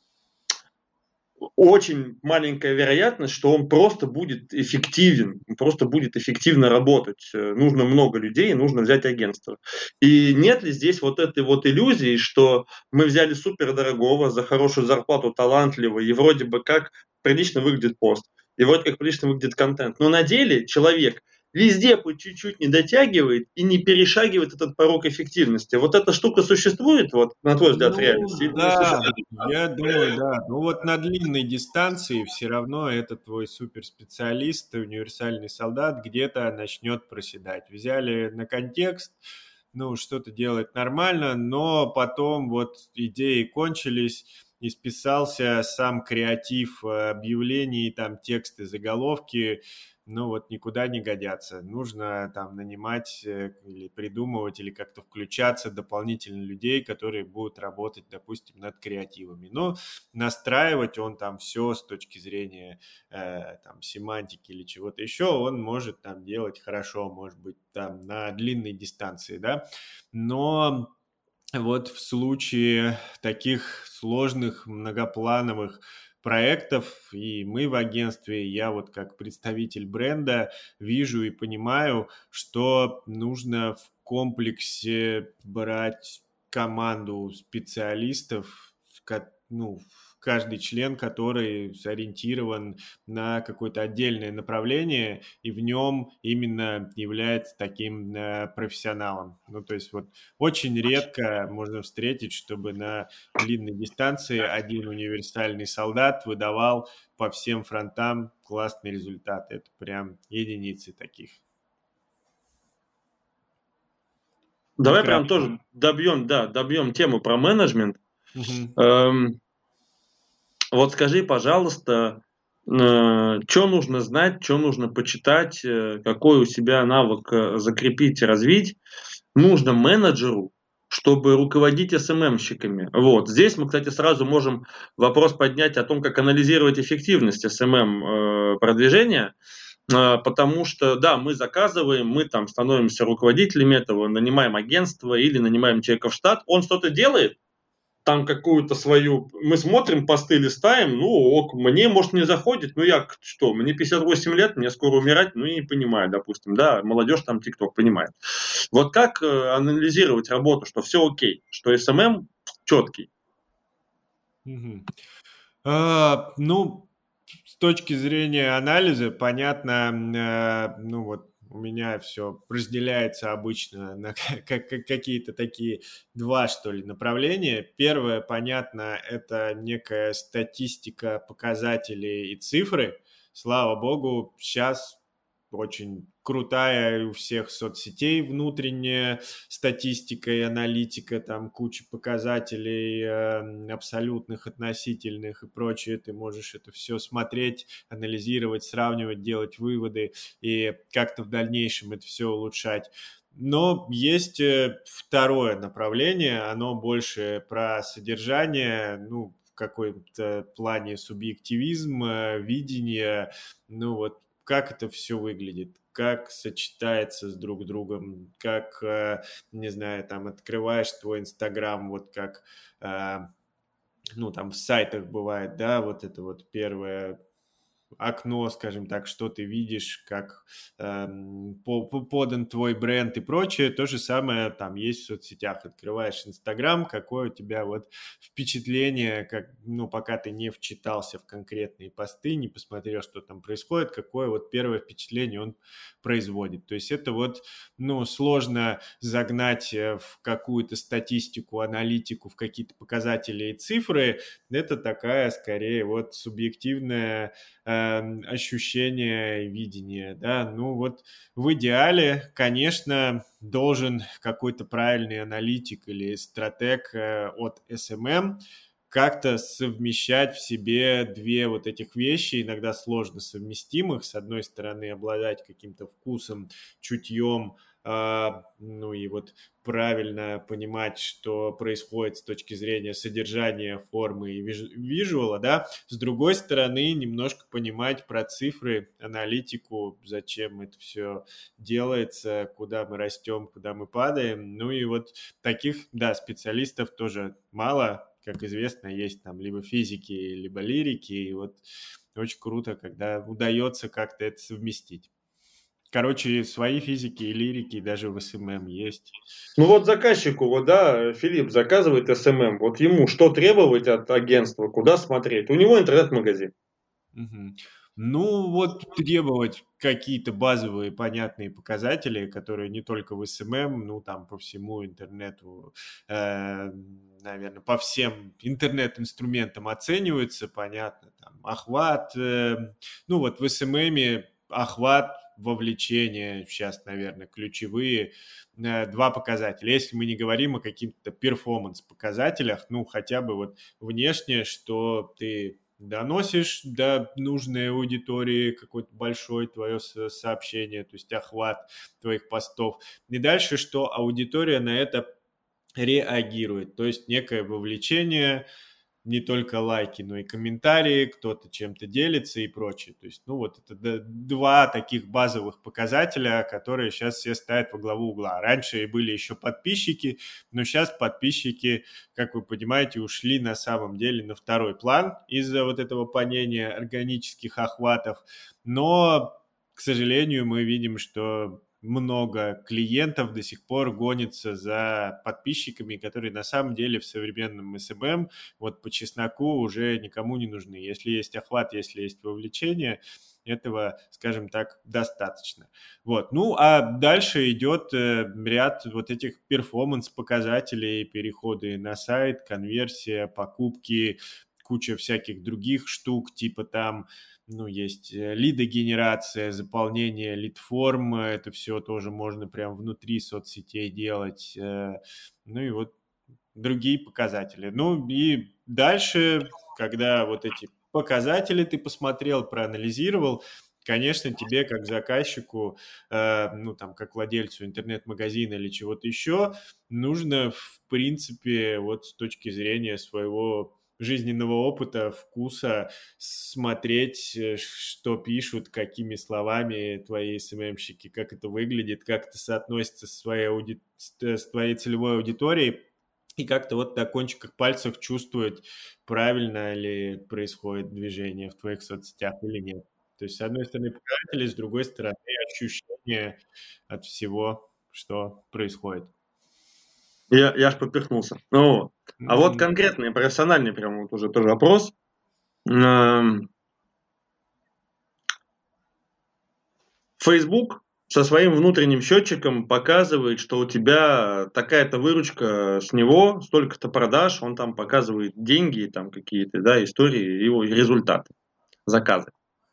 очень маленькая вероятность, что он просто будет эффективен, просто будет эффективно работать. Нужно много людей, нужно взять агентство. И нет ли здесь вот этой вот иллюзии, что мы взяли супердорогого за хорошую зарплату, талантливого, и вроде бы как прилично выглядит пост, и вроде как прилично выглядит контент. Но на деле человек везде по чуть-чуть не дотягивает и не перешагивает этот порог эффективности. Вот эта штука существует, вот, на твой взгляд, в реальности? Ну, Или не да, существует? я думаю, да. Ну вот на длинной дистанции все равно этот твой суперспециалист, универсальный солдат где-то начнет проседать. Взяли на контекст, ну, что-то делать нормально, но потом вот идеи кончились, и списался сам креатив объявлений, там тексты, заголовки, ну вот никуда не годятся. Нужно там нанимать или придумывать, или как-то включаться дополнительно людей, которые будут работать, допустим, над креативами. Но настраивать он там все с точки зрения там семантики или чего-то еще, он может там делать хорошо, может быть, там на длинной дистанции, да. Но вот в случае таких сложных, многоплановых проектов, и мы в агентстве, я вот как представитель бренда вижу и понимаю, что нужно в комплексе брать команду специалистов, ну, каждый член, который сориентирован на какое-то отдельное направление, и в нем именно является таким профессионалом. Ну, то есть вот очень редко можно встретить, чтобы на длинной дистанции один универсальный солдат выдавал по всем фронтам классный результат. Это прям единицы таких. Давай прям тоже добьем тему про менеджмент. Угу. Вот скажи, пожалуйста, что нужно знать, что нужно почитать, какой у себя навык закрепить и развить нужно менеджеру, чтобы руководить СММщиками. Вот. Здесь мы, кстати, сразу можем вопрос поднять о том, как анализировать эффективность СММ продвижения, потому что, да, мы заказываем, мы там становимся руководителями этого, нанимаем агентство или нанимаем человека в штат, он что-то делает, там какую-то свою... Мы смотрим, посты листаем, ну, ок, мне, может, не заходит, ну, я что, мне 58 лет, мне скоро умирать, ну, я не понимаю, допустим, да, молодежь там ТикТок понимает. Вот как анализировать работу, что все окей, что СММ четкий? Ну, с точки зрения анализа, понятно, ну вот у меня все разделяется обычно на какие-то такие два, что ли, направления. Первое, понятно, это некая статистика, показатели и цифры. Слава богу, сейчас очень крутая у всех соцсетей внутренняя статистика и аналитика, там куча показателей абсолютных, относительных и прочее. Ты можешь это все смотреть, анализировать, сравнивать, делать выводы и как-то в дальнейшем это все улучшать. Но есть второе направление, оно больше про содержание, ну, в каком-то плане субъективизм, видение, ну вот как это все выглядит, как сочетается с друг другом, как, не знаю, там открываешь твой Инстаграм, вот как, ну, там в сайтах бывает, да, вот это вот первое окно, скажем так, что ты видишь, как подан твой бренд и прочее. То же самое там есть в соцсетях. Открываешь Инстаграм, какое у тебя вот впечатление, как, ну, пока ты не вчитался в конкретные посты, не посмотрел, что там происходит, какое вот первое впечатление он производит. То есть это вот, ну, сложно загнать в какую-то статистику, аналитику, в какие-то показатели и цифры. Это такая, скорее, вот субъективная ощущение, видение, да, ну вот в идеале, конечно, должен какой-то правильный аналитик или стратег от SMM как-то совмещать в себе две вот этих вещи, иногда сложно совместимых. С одной стороны, обладать каким-то вкусом, чутьем, ну и вот правильно понимать, что происходит с точки зрения содержания, формы и визуала, да. С другой стороны, немножко понимать про цифры, аналитику, зачем это все делается, куда мы растем, куда мы падаем. Ну и вот таких, да, специалистов тоже мало. Как известно, есть там либо физики, либо лирики, и вот очень круто, когда удается как-то это совместить. Короче, свои физики и лирики даже в СММ есть. Ну вот заказчику, вот да, Филипп заказывает СММ, вот ему что требовать от агентства, куда смотреть? У него интернет-магазин. Угу. Ну, вот требовать какие-то базовые понятные показатели, которые не только в СММ, ну, там по всему интернету, наверное, по всем интернет-инструментам оцениваются, понятно, там, охват, ну, вот в СММе охват, вовлечение, сейчас, наверное, ключевые два показателя. Если мы не говорим о каких-то перформанс-показателях, ну, хотя бы вот внешне, что ты доносишь до нужной аудитории какое-то большое твое сообщение, то есть охват твоих постов. И дальше, что аудитория на это реагирует, то есть некое вовлечение, не только лайки, но и комментарии, кто-то чем-то делится и прочее. То есть, ну, вот это два таких базовых показателя, которые сейчас все ставят во главу угла. Раньше были еще подписчики, но сейчас подписчики, как вы понимаете, ушли на самом деле на второй план из-за вот этого падения органических охватов. Но, к сожалению, мы видим, что много клиентов до сих пор гонится за подписчиками, которые на самом деле в современном СММ вот по чесноку уже никому не нужны. Если есть охват, если есть вовлечение, этого, скажем так, достаточно. Вот. Ну, а дальше идет ряд вот этих перформанс-показателей, переходы на сайт, конверсия, покупки, куча всяких других штук, типа там, ну, есть лидогенерация, заполнение лид-форм, это все тоже можно прям внутри соцсетей делать, ну и вот другие показатели. Ну и дальше, когда вот эти показатели ты посмотрел, проанализировал, конечно, тебе как заказчику, ну там как владельцу интернет-магазина или чего-то еще, нужно в принципе вот с точки зрения своего жизненного опыта, вкуса, смотреть, что пишут, какими словами твои СММщики, как это выглядит, как это соотносится со с твоей целевой аудиторией, и как-то вот на кончиках пальцев чувствовать, правильно ли происходит движение в твоих соцсетях или нет. То есть, с одной стороны, показатели, с другой стороны, ощущение от всего, что происходит. Я аж поперхнулся. Ну, а вот конкретный, профессиональный прям вот уже тоже вопрос. Facebook со своим внутренним счетчиком показывает, что у тебя такая-то выручка с него, столько-то продаж, он там показывает деньги, там какие-то, да, истории, его результаты, заказы.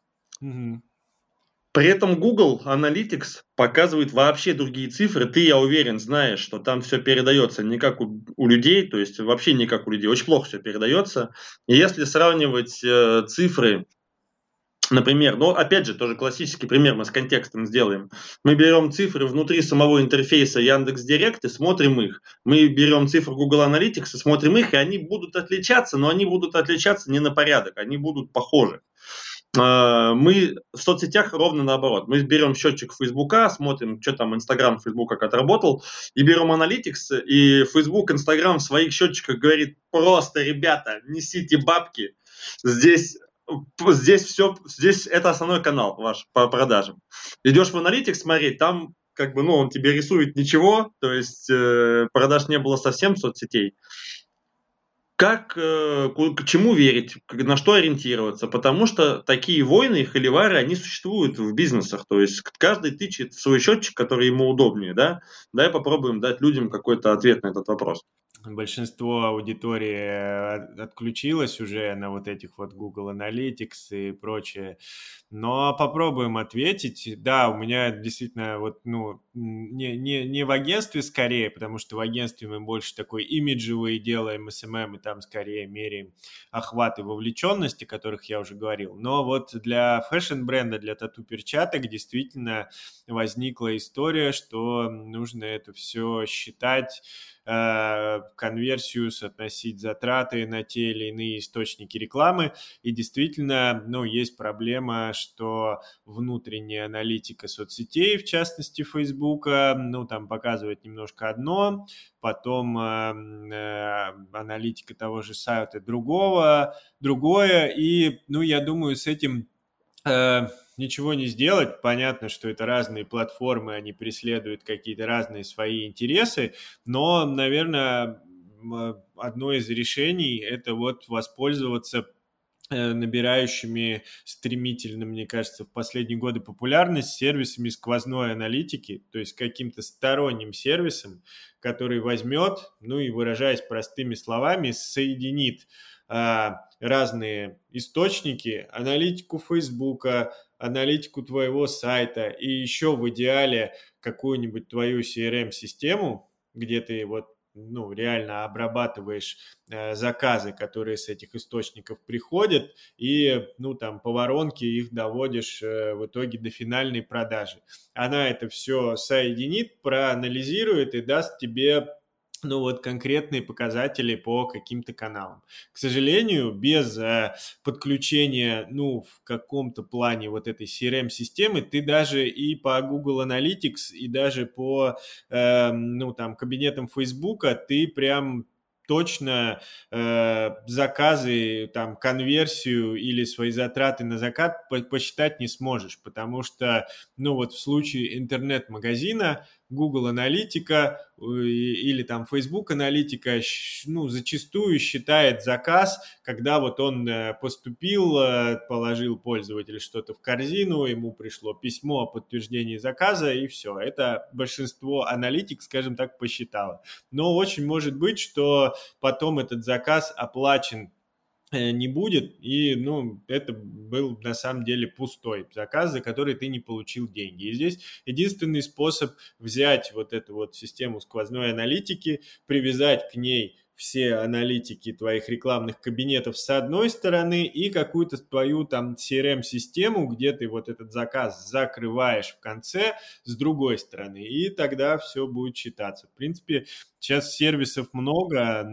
При этом Google Analytics показывает вообще другие цифры. Ты, я уверен, знаешь, что там все передается не как у людей, то есть вообще не как у людей, очень плохо все передается. И если сравнивать цифры, например, ну, опять же, тоже классический пример мы с контекстом сделаем. Мы берем цифры внутри самого интерфейса Яндекс.Директ и смотрим их. Мы берем цифры Google Analytics и смотрим их, и они будут отличаться, но они будут отличаться не на порядок, они будут похожи. Мы в соцсетях ровно наоборот. Мы берем счетчик Фейсбука, смотрим, что там Инстаграм, Фейсбук как отработал, и берем Analytics, и Фейсбук, Инстаграм в своих счетчиках говорит: просто, ребята, несите бабки, здесь здесь это основной канал ваш по продажам. Идешь в Analytics смотреть, там как бы, он тебе рисует ничего, то есть продаж не было совсем соцсетей. К чему верить, на что ориентироваться? Потому что такие войны, холивары, они существуют в бизнесах. То есть каждый тычет свой счетчик, который ему удобнее, да? Давай попробуем дать людям какой-то ответ на этот вопрос. Большинство аудитории отключилось уже на вот этих вот Google Analytics и прочее. Но попробуем ответить. Да, у меня действительно не в агентстве скорее, потому что в агентстве мы больше такой имиджевый делаем SMM, и там скорее меряем охваты вовлеченности, о которых я уже говорил. Но вот для фэшн-бренда, для тату-перчаток действительно возникла история, что нужно это все считать, конверсию, соотносить затраты на те или иные источники рекламы. И действительно, есть проблема, что внутренняя аналитика соцсетей, в частности Фейсбука, там показывает немножко одно, потом аналитика того же сайта другое. И, я думаю, с этим ничего не сделать. Понятно, что это разные платформы, они преследуют какие-то разные свои интересы, но, наверное, одно из решений – это вот воспользоваться набирающими стремительно, мне кажется, в последние годы популярность сервисами сквозной аналитики, то есть каким-то сторонним сервисом, который возьмет, и, выражаясь простыми словами, соединит разные источники, аналитику Фейсбука, аналитику твоего сайта и еще в идеале какую-нибудь твою CRM-систему, где ты реально обрабатываешь заказы, которые с этих источников приходят, и, по воронке их доводишь в итоге до финальной продажи. Она это все соединит, проанализирует и даст тебе конкретные показатели по каким-то каналам. К сожалению, без подключения, в каком-то плане вот этой CRM-системы, ты даже и по Google Analytics, и даже по, кабинетам Фейсбука, ты прям точно заказы, конверсию или свои затраты на заказ посчитать не сможешь, потому что, в случае интернет-магазина Google аналитика или Facebook аналитика, зачастую считает заказ, когда он поступил, положил пользователь что-то в корзину, ему пришло письмо о подтверждении заказа, и все. Это большинство аналитик, скажем так, посчитало. Но очень может быть, что потом этот заказ оплачен не будет, и, это был на самом деле пустой заказ, за который ты не получил деньги. И здесь единственный способ взять вот эту вот систему сквозной аналитики, привязать к ней все аналитики твоих рекламных кабинетов с одной стороны и какую-то твою CRM-систему, где ты вот этот заказ закрываешь в конце с другой стороны, и тогда все будет считаться. В принципе, сейчас сервисов много,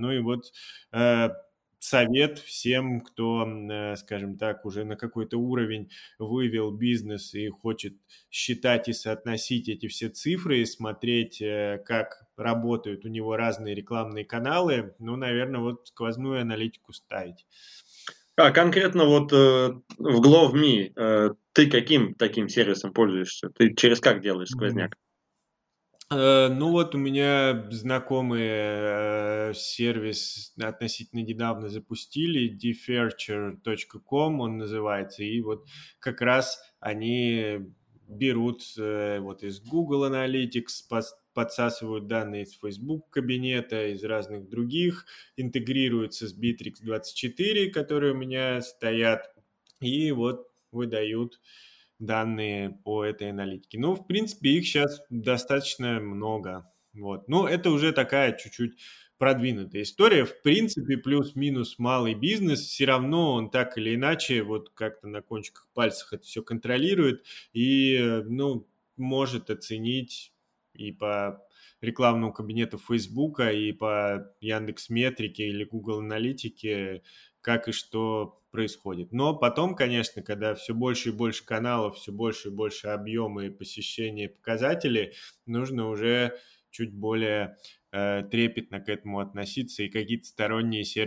совет всем, кто, скажем так, уже на какой-то уровень вывел бизнес и хочет считать и соотносить эти все цифры, и смотреть, как работают у него разные рекламные каналы, наверное, сквозную аналитику ставить. А конкретно в GlowMe ты каким таким сервисом пользуешься? Ты через как делаешь сквозняк? У меня знакомые сервис относительно недавно запустили, deferture.com он называется, и как раз они берут из Google Analytics, подсасывают данные из Facebook кабинета, из разных других, интегрируются с Bittrex24, которые у меня стоят, и выдают данные по этой аналитике. В принципе, их сейчас достаточно много. Это уже такая чуть-чуть продвинутая история. В принципе, плюс-минус малый бизнес, все равно он так или иначе как-то на кончиках пальцев это все контролирует и, может оценить и по рекламному кабинету Фейсбука, и по Яндекс.Метрике или Google Аналитике, как и что происходит. Но потом, конечно, когда все больше и больше каналов, все больше и больше объема и посещения показателей, нужно уже чуть более трепетно к этому относиться и какие-то сторонние сервисы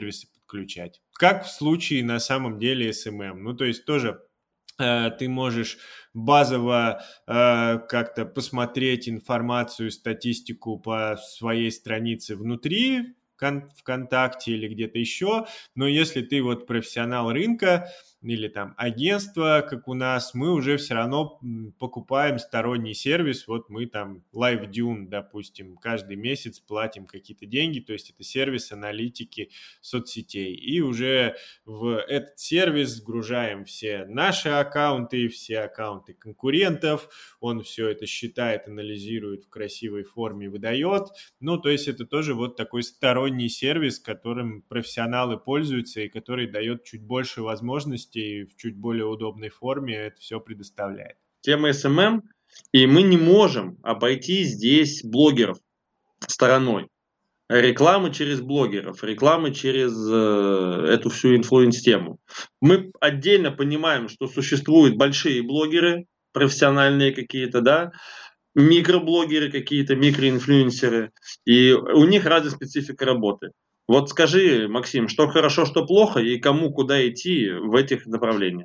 подключать. Как в случае на самом деле SMM. Ну, то есть тоже ты можешь базово как-то посмотреть информацию, статистику по своей странице внутри ВКонтакте или где-то еще, но если ты вот профессионал рынка или там агентство, как у нас, мы уже все равно покупаем сторонний сервис, вот мы там LiveDune, допустим, каждый месяц платим какие-то деньги, то есть это сервис аналитики соцсетей, и уже в этот сервис сгружаем все наши аккаунты, все аккаунты конкурентов, он все это считает, анализирует в красивой форме, выдает, ну, то есть это тоже вот такой сторонний сервис, которым профессионалы пользуются и который дает чуть больше возможностей в чуть более удобной форме это все предоставляет. Тема SMM, и мы не можем обойти здесь блогеров стороной. Рекламы через блогеров, рекламы через эту всю инфлюенс-тему. Мы отдельно понимаем, что существуют большие блогеры, профессиональные какие-то, да, микроблогеры какие-то, микроинфлюенсеры, и у них разная специфика работы. Вот скажи, Максим, что хорошо, что плохо, и кому куда идти в этих направлениях?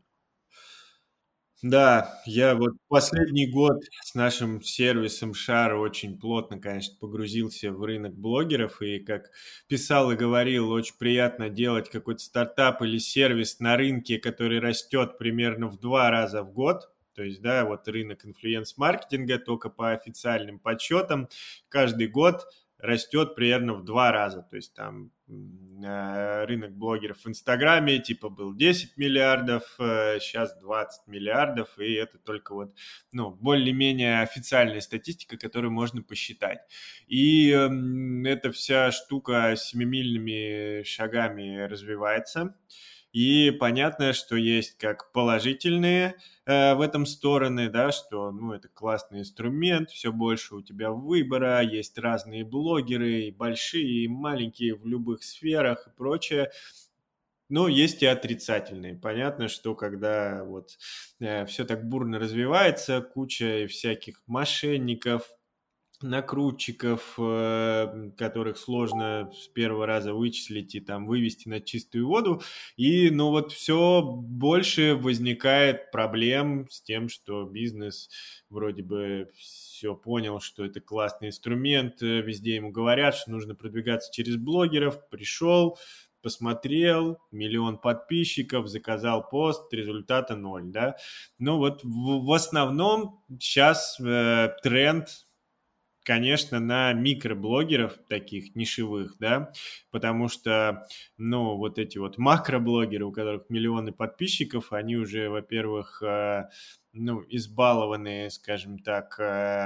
Да, я вот последний год с нашим сервисом Шар очень плотно, конечно, погрузился в рынок блогеров, и как писал и говорил, очень приятно делать какой-то стартап или сервис на рынке, который растет примерно в 2 раза в год. То есть, да, вот рынок инфлюенс-маркетинга только по официальным подсчетам каждый год растет примерно в 2 раза. То есть там рынок блогеров в Инстаграме типа был 10 миллиардов, сейчас 20 миллиардов, и это только вот, ну, более-менее официальная статистика, которую можно посчитать. И эта вся штука семимильными шагами развивается. И понятно, что есть как положительные в этом стороны, да, что, ну, это классный инструмент, все больше у тебя выбора, есть разные блогеры, и большие, и маленькие в любых сферах и прочее. Но есть и отрицательные. Понятно, что когда вот все так бурно развивается, куча всяких мошенников, накрутчиков, которых сложно с первого раза вычислить и там вывести на чистую воду. И, ну, вот все больше возникает проблем с тем, что бизнес вроде бы все понял, что это классный инструмент, везде ему говорят, что нужно продвигаться через блогеров, пришел, посмотрел, 1 миллион подписчиков, заказал пост, результата 0, да. Ну вот в основном сейчас тренд, конечно, на микроблогеров таких нишевых, да, потому что, ну, вот эти вот макроблогеры, у которых миллионы подписчиков, они уже, во-первых, ну, избалованы, скажем так,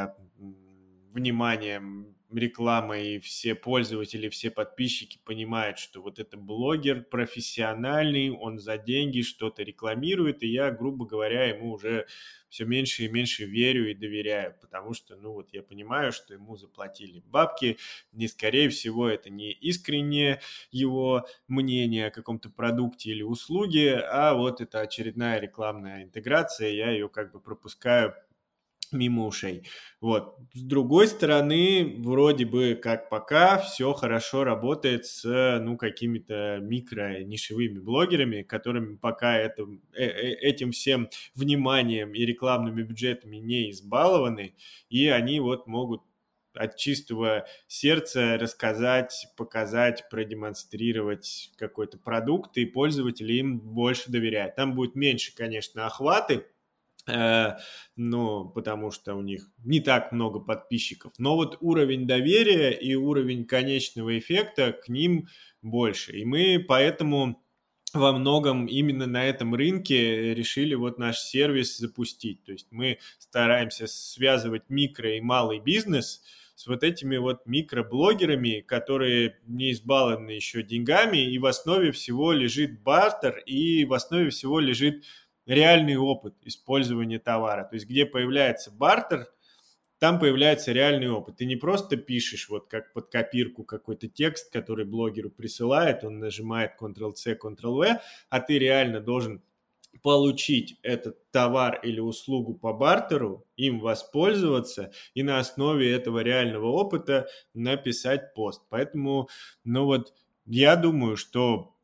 вниманием рекламы, и все пользователи, все подписчики понимают, что вот это блогер профессиональный, он за деньги что-то рекламирует, и я, грубо говоря, ему уже все меньше и меньше верю и доверяю, потому что, ну, вот я понимаю, что ему заплатили бабки, и, скорее всего, это не искреннее его мнение о каком-то продукте или услуге, а вот это очередная рекламная интеграция, я ее как бы пропускаю мимо ушей. Вот. С другой стороны, вроде бы как пока все хорошо работает с, ну, какими-то микро-нишевыми блогерами, которыми пока этим всем вниманием и рекламными бюджетами не избалованы, и они вот могут от чистого сердца рассказать, показать, продемонстрировать какой-то продукт, и пользователи им больше доверяют. Там будет меньше, конечно, охваты, ну, потому что у них не так много подписчиков, но вот уровень доверия и уровень конечного эффекта к ним больше, и мы поэтому во многом именно на этом рынке решили вот наш сервис запустить, то есть мы стараемся связывать микро и малый бизнес с вот этими вот микроблогерами, которые не избалованы еще деньгами, и в основе всего лежит бартер, и в основе всего лежит реальный опыт использования товара. То есть где появляется бартер, там появляется реальный опыт. Ты не просто пишешь вот как под копирку какой-то текст, который блогеру присылает, он нажимает Ctrl-C, Ctrl-V, а ты реально должен получить этот товар или услугу по бартеру, им воспользоваться и на основе этого реального опыта написать пост. Поэтому, ну вот, я думаю, что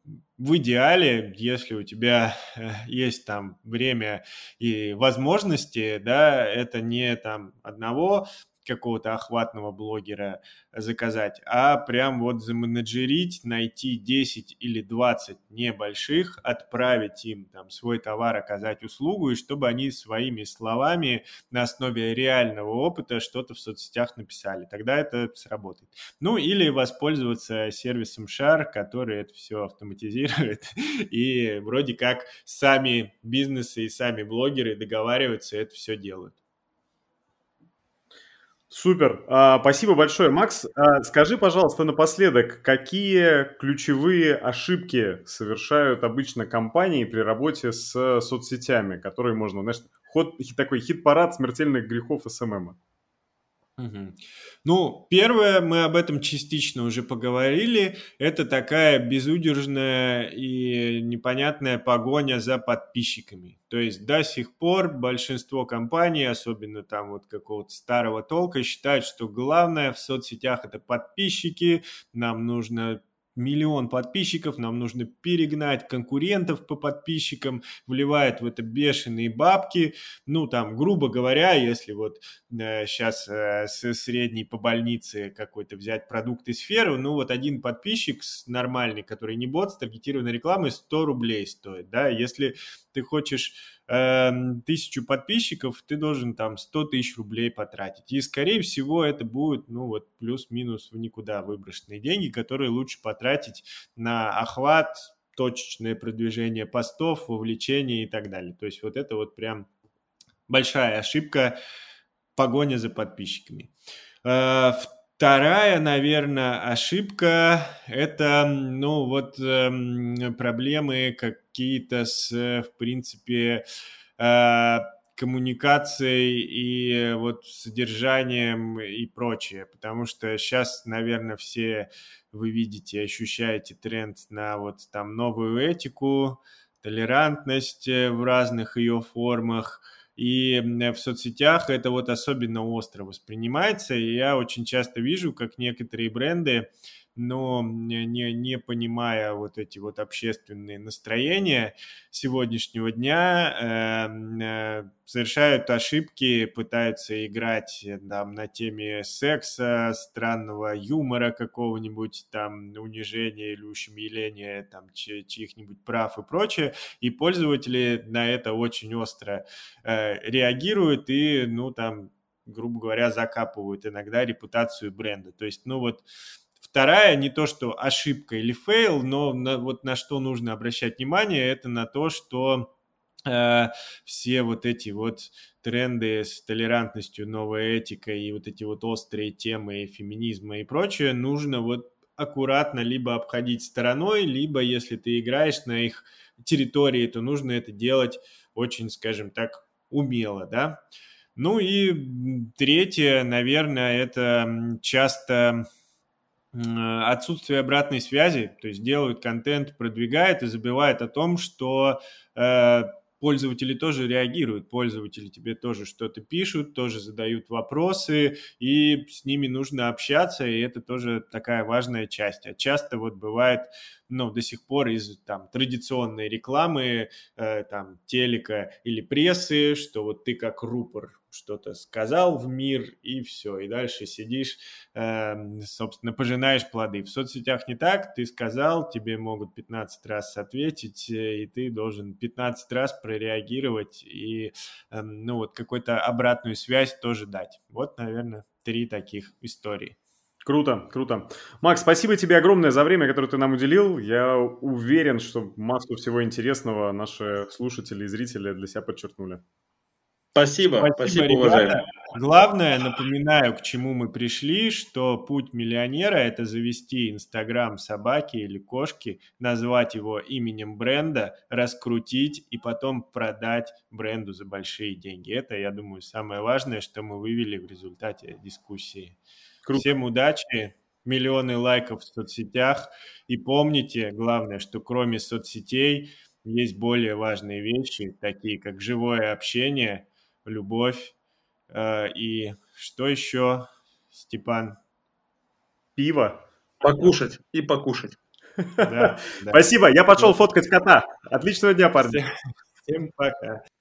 в идеале, если у тебя есть там время и возможности, да, это не там одного какого-то охватного блогера заказать, а прям вот заменеджерить, найти 10 или 20 небольших, отправить им там свой товар, оказать услугу, и чтобы они своими словами на основе реального опыта что-то в соцсетях написали. Тогда это сработает. Ну, или воспользоваться сервисом Share, который это все автоматизирует, и вроде как сами бизнесы и сами блогеры договариваются, это все делают. Супер. Спасибо большое, Макс. Скажи, пожалуйста, напоследок, какие ключевые ошибки совершают обычно компании при работе с соцсетями, которые можно, знаешь, такой хит-парад смертельных грехов СММа? Угу. Ну, первое, мы об этом частично уже поговорили, это такая безудержная и непонятная погоня за подписчиками. То есть до сих пор большинство компаний, особенно там вот какого-то старого толка, считают, что главное в соцсетях это подписчики, нам нужно 1 000 000 подписчиков, нам нужно перегнать конкурентов по подписчикам, вливает в это бешеные бабки. Ну, там, грубо говоря, если вот сейчас с средней по больнице какой-то взять продукт из сферы, ну, вот один подписчик нормальный, который не бот с таргетированной рекламой, 100 рублей стоит, да, если ты хочешь 1000 подписчиков, ты должен там 100 000 рублей потратить. И, скорее всего, это будет, ну, вот плюс-минус в никуда выброшенные деньги, которые лучше потратить на охват, точечное продвижение постов, вовлечение и так далее. То есть вот это вот прям большая ошибка, погоня за подписчиками. Вторая, наверное, ошибка – это, ну, вот проблемы какие-то с, в принципе, коммуникацией и вот содержанием и прочее. Потому что сейчас, наверное, все вы видите, ощущаете тренд на вот там новую этику, толерантность в разных ее формах. И в соцсетях это вот особенно остро воспринимается, и я очень часто вижу, как некоторые бренды, но не понимая вот эти вот общественные настроения сегодняшнего дня, совершают ошибки, пытаются играть там на теме секса, странного юмора какого-нибудь, там унижения или ущемления там чьих-нибудь прав и прочее, и пользователи на это очень остро реагируют и, ну, там, грубо говоря, закапывают иногда репутацию бренда. То есть, ну, вот вторая, не то, что ошибка или фейл, но вот на что нужно обращать внимание, это на то, что все вот эти вот тренды с толерантностью, новой этикой и вот эти вот острые темы феминизма и прочее нужно вот аккуратно либо обходить стороной, либо если ты играешь на их территории, то нужно это делать очень, скажем так, умело, да. Ну и третье, наверное, это часто отсутствие обратной связи, то есть делают контент, продвигают и забывают о том, что пользователи тоже реагируют, пользователи тебе тоже что-то пишут, тоже задают вопросы, и с ними нужно общаться, и это тоже такая важная часть. А часто вот бывает, ну, до сих пор из там традиционной рекламы, там, телека или прессы, что вот ты как рупор что-то сказал в мир, и все, и дальше сидишь, собственно, пожинаешь плоды. В соцсетях не так, ты сказал, тебе могут 15 раз ответить, и ты должен 15 раз прореагировать и, ну, вот какую-то обратную связь тоже дать. Вот, наверное, 3 таких истории. Круто, круто. Макс, спасибо тебе огромное за время, которое ты нам уделил. Я уверен, что массу всего интересного наши слушатели и зрители для себя подчеркнули. Спасибо, ребята. уважаемый. Главное, напоминаю, к чему мы пришли, что путь миллионера – это завести Инстаграм собаки или кошки, назвать его именем бренда, раскрутить и потом продать бренду за большие деньги. Это, я думаю, самое важное, что мы вывели в результате дискуссии. Круто. Всем удачи, миллионы лайков в соцсетях. И помните, главное, что кроме соцсетей есть более важные вещи, такие как живое общение, любовь. И что еще, Степан? Пиво. Покушать и покушать. Да. Спасибо, я пошел фоткать кота. Отличного дня, парни. Всем пока.